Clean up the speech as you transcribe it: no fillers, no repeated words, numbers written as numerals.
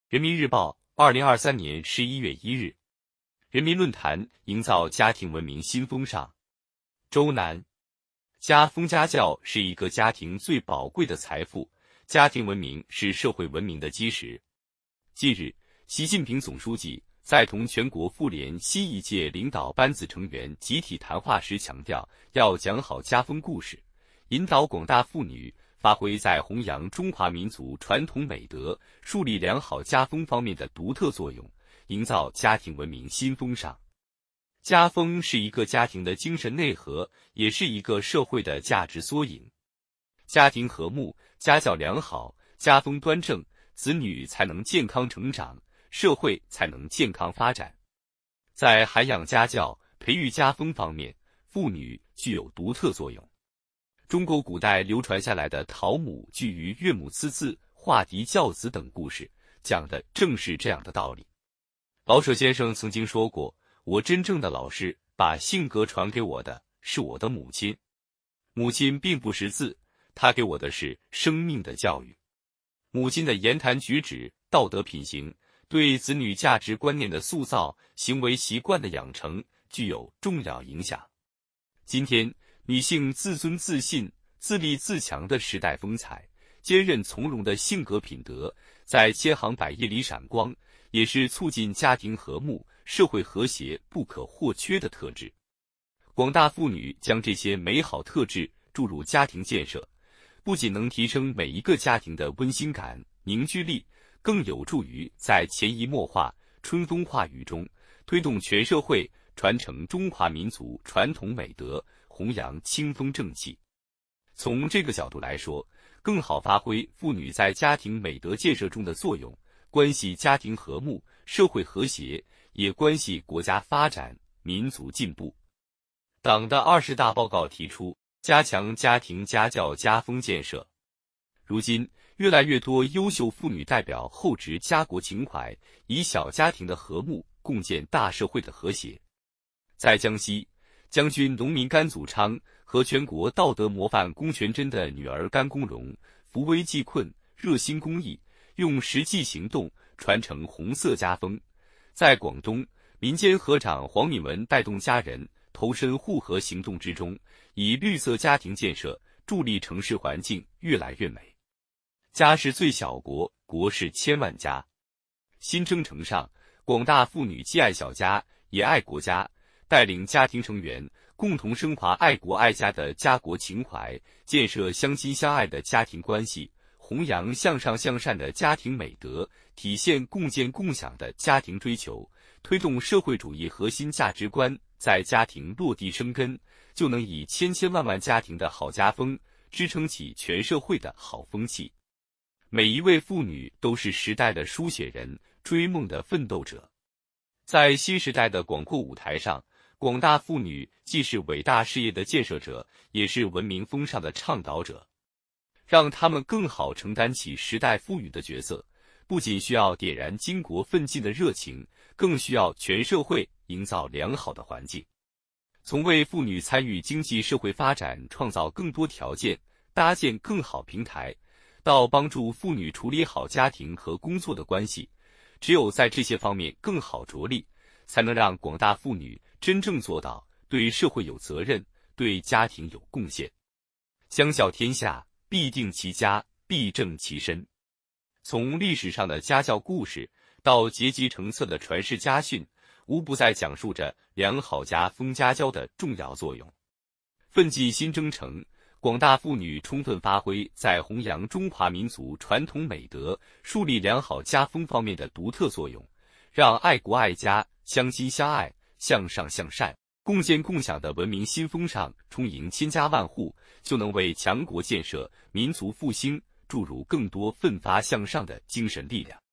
人民日报2023年11月1日，人民论坛营造家庭文明新风尚。周南，家风家教是一个家庭最宝贵的财富，家庭文明是社会文明的基石。近日，习近平总书记在同全国妇联新一届领导班子成员集体谈话时强调，要讲好家风故事，引导广大妇女发挥在弘扬中华民族传统美德、树立良好家风方面的独特作用，营造家庭文明新风尚。家风是一个家庭的精神内核，也是一个社会的价值缩影。家庭和睦，家教良好，家风端正，子女才能健康成长，社会才能健康发展。在涵养家教、培育家风方面，妇女具有独特作用。中国古代流传下来的陶母惧于岳母刺字、化嫡教子等故事，讲的正是这样的道理。老舍先生曾经说过，我真正的老师，把性格传给我的是我的母亲。母亲并不识字，她给我的是生命的教育。母亲的言谈举止、道德品行，对子女价值观念的塑造、行为习惯的养成具有重要影响。今天，女性自尊自信、自立自强的时代风采，坚韧从容的性格品德，在千行百业里闪光，也是促进家庭和睦、社会和谐不可或缺的特质。广大妇女将这些美好特质注入家庭建设，不仅能提升每一个家庭的温馨感、凝聚力，更有助于在潜移默化、春风化雨中，推动全社会传承中华民族传统美德，弘扬清风正气。从这个角度来说，更好发挥妇女在家庭美德建设中的作用，关系家庭和睦、社会和谐，也关系国家发展、民族进步。党的20大报告提出，加强家庭家教家风建设。如今，越来越多优秀妇女代表厚植家国情怀，以小家庭的和睦共建大社会的和谐。在江西，将军农民甘祖昌和全国道德模范龚全珍的女儿甘公荣扶危济困，热心公益，用实际行动传承红色家风。在广东，民间合长黄敏文带动家人投身护河行动之中，以绿色家庭建设助力城市环境越来越美。家是最小国，国是千万家。新征程上，广大妇女既爱小家，也爱国家，带领家庭成员共同升华爱国爱家的家国情怀，建设相亲相爱的家庭关系，弘扬向上向善的家庭美德，体现共建共享的家庭追求，推动社会主义核心价值观在家庭落地生根，就能以千千万万家庭的好家风支撑起全社会的好风气。每一位妇女都是时代的书写人，追梦的奋斗者。在新时代的广阔舞台上，广大妇女既是伟大事业的建设者，也是文明风尚的倡导者。让她们更好承担起时代赋予的角色，不仅需要点燃巾帼奋进的热情，更需要全社会营造良好的环境。从为妇女参与经济社会发展创造更多条件，搭建更好平台，到帮助妇女处理好家庭和工作的关系，只有在这些方面更好着力，才能让广大妇女真正做到对社会有责任，对家庭有贡献。相效天下，必定其家，必正其身。从历史上的家教故事到阶级成册的传世家训，无不在讲述着良好家风家教的重要作用。奋进新征程，广大妇女充分发挥在弘扬中华民族传统美德、树立良好家风方面的独特作用，让爱国爱家、相亲相爱、向上向善、共建共享的文明新风尚充盈千家万户，就能为强国建设、民族复兴注入更多奋发向上的精神力量。